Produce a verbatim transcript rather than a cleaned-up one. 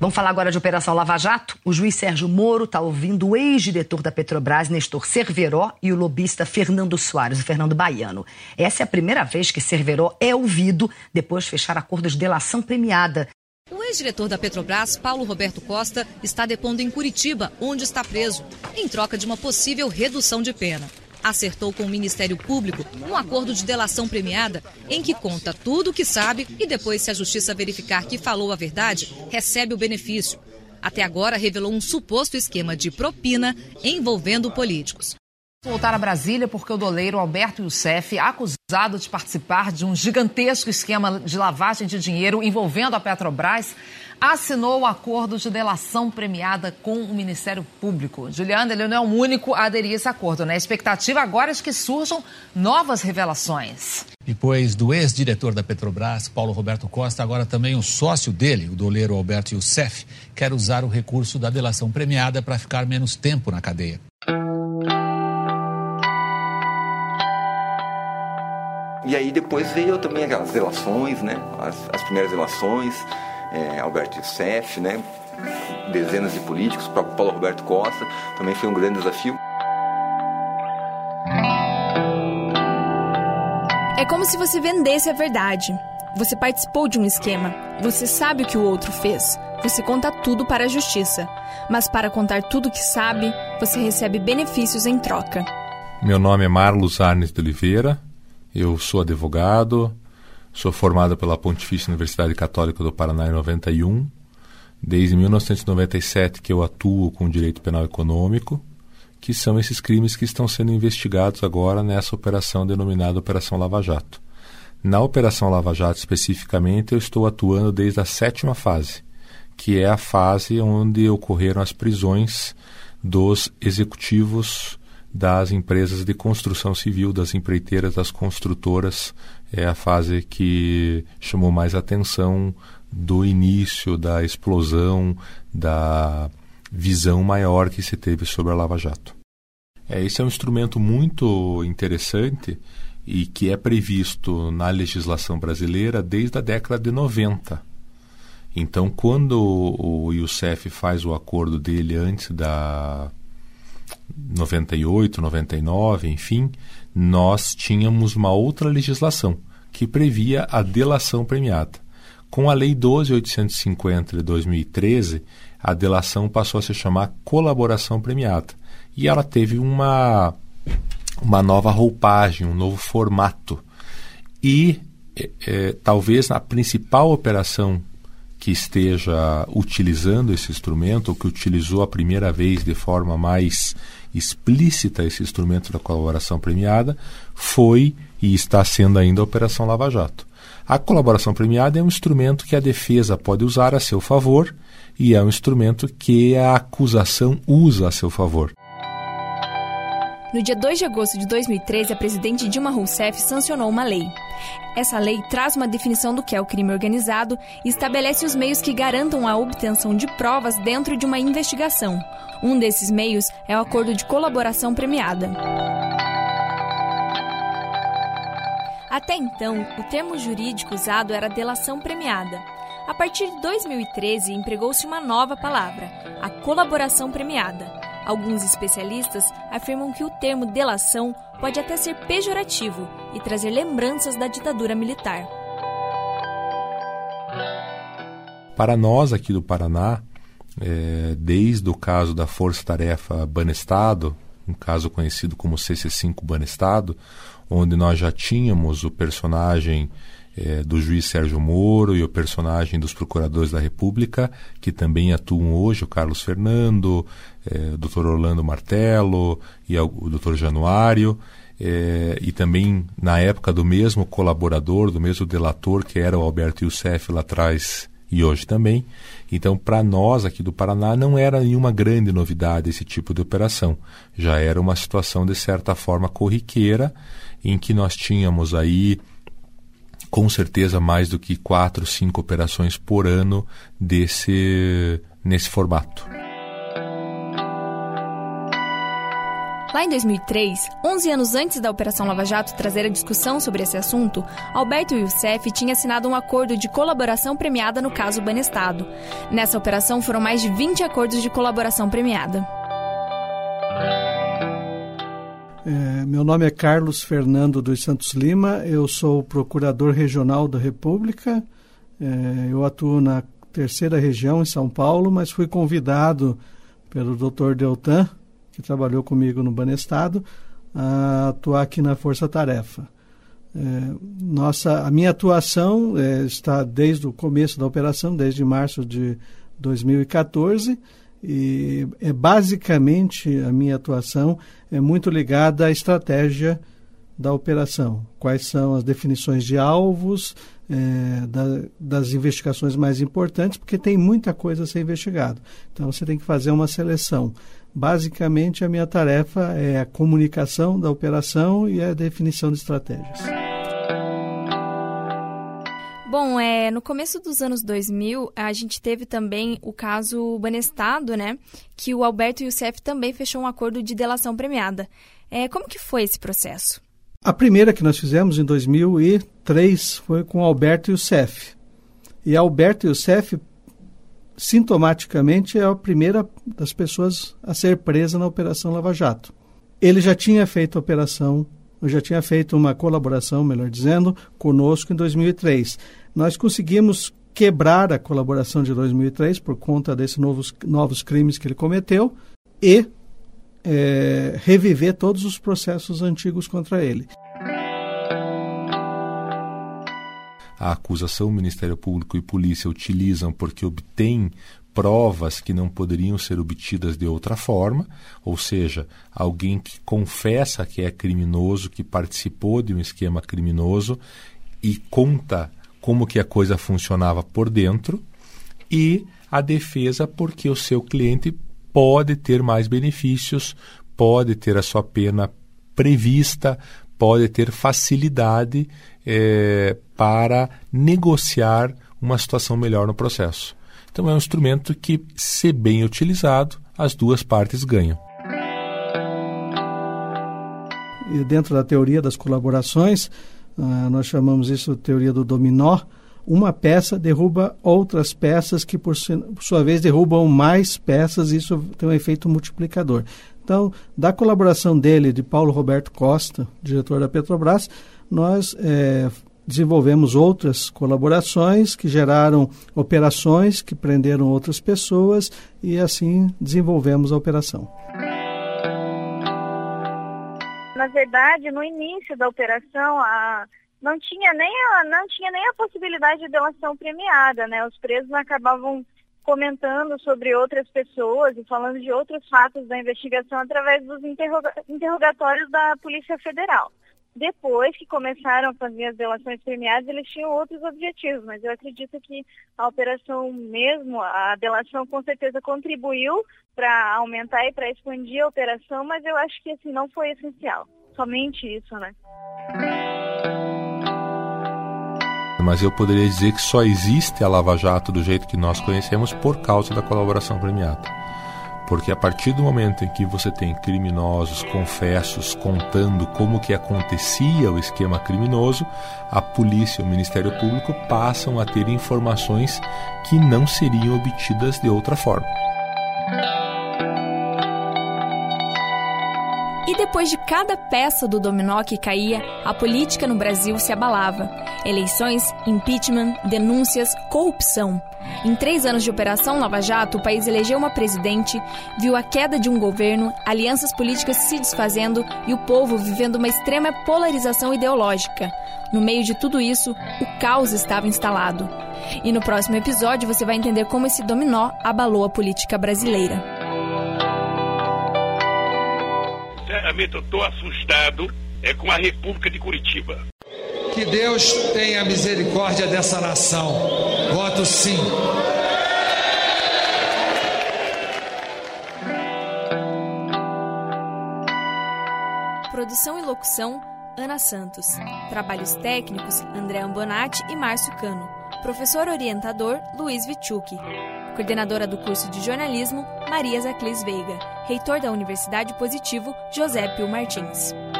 Vamos falar agora de Operação Lava Jato? O juiz Sérgio Moro está ouvindo o ex-diretor da Petrobras, Nestor Cerveró, e o lobista Fernando Soares, o Fernando Baiano. Essa é a primeira vez que Cerveró é ouvido depois de fechar acordo de delação premiada. O ex-diretor da Petrobras, Paulo Roberto Costa, está depondo em Curitiba, onde está preso, em troca de uma possível redução de pena. Acertou com o Ministério Público um acordo de delação premiada em que conta tudo o que sabe e depois, se a justiça verificar que falou a verdade, recebe o benefício. Até agora revelou um suposto esquema de propina envolvendo políticos. Voltar a Brasília porque o doleiro Alberto Youssef, acusado de participar de um gigantesco esquema de lavagem de dinheiro envolvendo a Petrobras, assinou o acordo de delação premiada com o Ministério Público. Juliana, ele não é o único a aderir a esse acordo, né? A expectativa agora é de que surjam novas revelações. Depois do ex-diretor da Petrobras, Paulo Roberto Costa, agora também o sócio dele, o doleiro Alberto Youssef, quer usar o recurso da delação premiada para ficar menos tempo na cadeia. E aí depois veio também aquelas delações, né? As, as primeiras delações, é, Alberto Youssef, né? Dezenas de políticos, o próprio Paulo Roberto Costa, também foi um grande desafio. É como se você vendesse a verdade. Você participou de um esquema, você sabe o que o outro fez, você conta tudo para a justiça. Mas para contar tudo o que sabe, você recebe benefícios em troca. Meu nome é Marlos Arnes de Oliveira. Eu sou advogado, sou formado pela Pontifícia Universidade Católica do Paraná em noventa e um. Desde mil novecentos e noventa e sete que eu atuo com o direito penal econômico, que são esses crimes que estão sendo investigados agora nessa operação denominada Operação Lava Jato. Na Operação Lava Jato, especificamente, eu estou atuando desde a sétima fase, que é a fase onde ocorreram as prisões dos executivos das empresas de construção civil, das empreiteiras, das construtoras. É a fase que chamou mais atenção do início, da explosão, da visão maior que se teve sobre a Lava Jato. É, esse é um instrumento muito interessante e que é previsto na legislação brasileira desde a década de noventa. Então, quando o Youssef faz o acordo dele antes da noventa e oito, noventa e nove, enfim, nós tínhamos uma outra legislação que previa a delação premiada. Com a Lei doze mil oitocentos e cinquenta de dois mil e treze, a delação passou a se chamar colaboração premiada. E ela teve uma, uma nova roupagem, um novo formato. E é, é, talvez a principal operação que esteja utilizando esse instrumento, ou que utilizou a primeira vez de forma mais explícita esse instrumento da colaboração premiada, foi e está sendo ainda a Operação Lava Jato. A colaboração premiada é um instrumento que a defesa pode usar a seu favor e é um instrumento que a acusação usa a seu favor. No dia dois de agosto de dois mil e treze, a presidente Dilma Rousseff sancionou uma lei. Essa lei traz uma definição do que é o crime organizado e estabelece os meios que garantam a obtenção de provas dentro de uma investigação. Um desses meios é o acordo de colaboração premiada. Até então, o termo jurídico usado era delação premiada. A partir de dois mil e treze, empregou-se uma nova palavra, a colaboração premiada. Alguns especialistas afirmam que o termo delação pode até ser pejorativo e trazer lembranças da ditadura militar. Para nós aqui do Paraná, é, desde o caso da Força Tarefa Banestado, um caso conhecido como C C cinco Banestado, onde nós já tínhamos o personagem é, do juiz Sérgio Moro e o personagem dos procuradores da República, que também atuam hoje, o Carlos Fernando, é, o doutor Orlando Martello e o doutor Januário, é, e também na época do mesmo colaborador, do mesmo delator, que era o Alberto Youssef lá atrás e hoje também. Então, para nós aqui do Paraná, não era nenhuma grande novidade esse tipo de operação. Já era uma situação, de certa forma, corriqueira, em que nós tínhamos aí, com certeza, mais do que quatro, cinco operações por ano desse, nesse formato. Lá em dois mil e três, onze anos antes da Operação Lava Jato trazer a discussão sobre esse assunto, Alberto Youssef tinha assinado um acordo de colaboração premiada no caso Banestado. Nessa operação foram mais de vinte acordos de colaboração premiada. É, meu nome é Carlos Fernando dos Santos Lima, eu sou procurador regional da República, é, eu atuo na terceira região em São Paulo, mas fui convidado pelo doutor Deltan, que trabalhou comigo no Banestado, a atuar aqui na Força Tarefa. É, nossa, a minha atuação é, está desde o começo da operação, desde março de dois mil e quatorze, e é, basicamente a minha atuação é muito ligada à estratégia da operação. Quais são as definições de alvos, é, da, das investigações mais importantes, porque tem muita coisa a ser investigada. Então você tem que fazer uma seleção. Basicamente, a minha tarefa é a comunicação da operação e a definição de estratégias. Bom, é, no começo dos anos dois mil, a gente teve também o caso Banestado, né? Que o Alberto Youssef também fechou um acordo de delação premiada. É, como que foi esse processo? A primeira que nós fizemos em dois mil e três foi com o Alberto Youssef. E Alberto Youssef, sintomaticamente, é a primeira das pessoas a ser presa na Operação Lava Jato. Ele já tinha feito a operação, já tinha feito uma colaboração, melhor dizendo, conosco em dois mil e três. Nós conseguimos quebrar a colaboração de dois mil e três por conta desses novos, novos crimes que ele cometeu e é, reviver todos os processos antigos contra ele. A acusação, o Ministério Público e Polícia utilizam porque obtém provas que não poderiam ser obtidas de outra forma, ou seja, alguém que confessa que é criminoso, que participou de um esquema criminoso e conta como que a coisa funcionava por dentro, e a defesa porque o seu cliente pode ter mais benefícios, pode ter a sua pena prevista, pode ter facilidade é, para negociar uma situação melhor no processo. Então é um instrumento que, se bem utilizado, as duas partes ganham. E dentro da teoria das colaborações, uh, nós chamamos isso de teoria do dominó. Uma peça derruba outras peças que, por sua vez, derrubam mais peças, e isso tem um efeito multiplicador. Então, da colaboração dele, de Paulo Roberto Costa, diretor da Petrobras, nós é, desenvolvemos outras colaborações que geraram operações, que prenderam outras pessoas, e assim desenvolvemos a operação. Na verdade, no início da operação, a, não, tinha nem a, não tinha nem a possibilidade de delação premiada, né? Os presos acabavam comentando sobre outras pessoas e falando de outros fatos da investigação através dos interroga- interrogatórios da Polícia Federal. Depois que começaram a fazer as delações premiadas, eles tinham outros objetivos, mas eu acredito que a operação mesmo, a delação com certeza contribuiu para aumentar e para expandir a operação, mas eu acho que assim, não foi essencial, somente isso, né? Mas eu poderia dizer que só existe a Lava Jato do jeito que nós conhecemos por causa da colaboração premiada. Porque a partir do momento em que você tem criminosos, confessos, contando como que acontecia o esquema criminoso, a polícia e o Ministério Público passam a ter informações que não seriam obtidas de outra forma. E depois de cada peça do dominó que caía, a política no Brasil se abalava. Eleições, impeachment, denúncias, corrupção. Em três anos de Operação Lava Jato, o país elegeu uma presidente, viu a queda de um governo, alianças políticas se desfazendo e o povo vivendo uma extrema polarização ideológica. No meio de tudo isso, o caos estava instalado. E no próximo episódio você vai entender como esse dominó abalou a política brasileira. Sinceramente, eu estou assustado é com a República de Curitiba. Que Deus tenha misericórdia dessa nação. Voto sim. Produção e locução, Ana Santos. Trabalhos técnicos, André Ambonati e Márcio Cano. Professor orientador, Luiz Vichuk. Coordenadora do curso de jornalismo, Maria Zaclis Veiga. reitor da Universidade Positivo, José Pio Martins.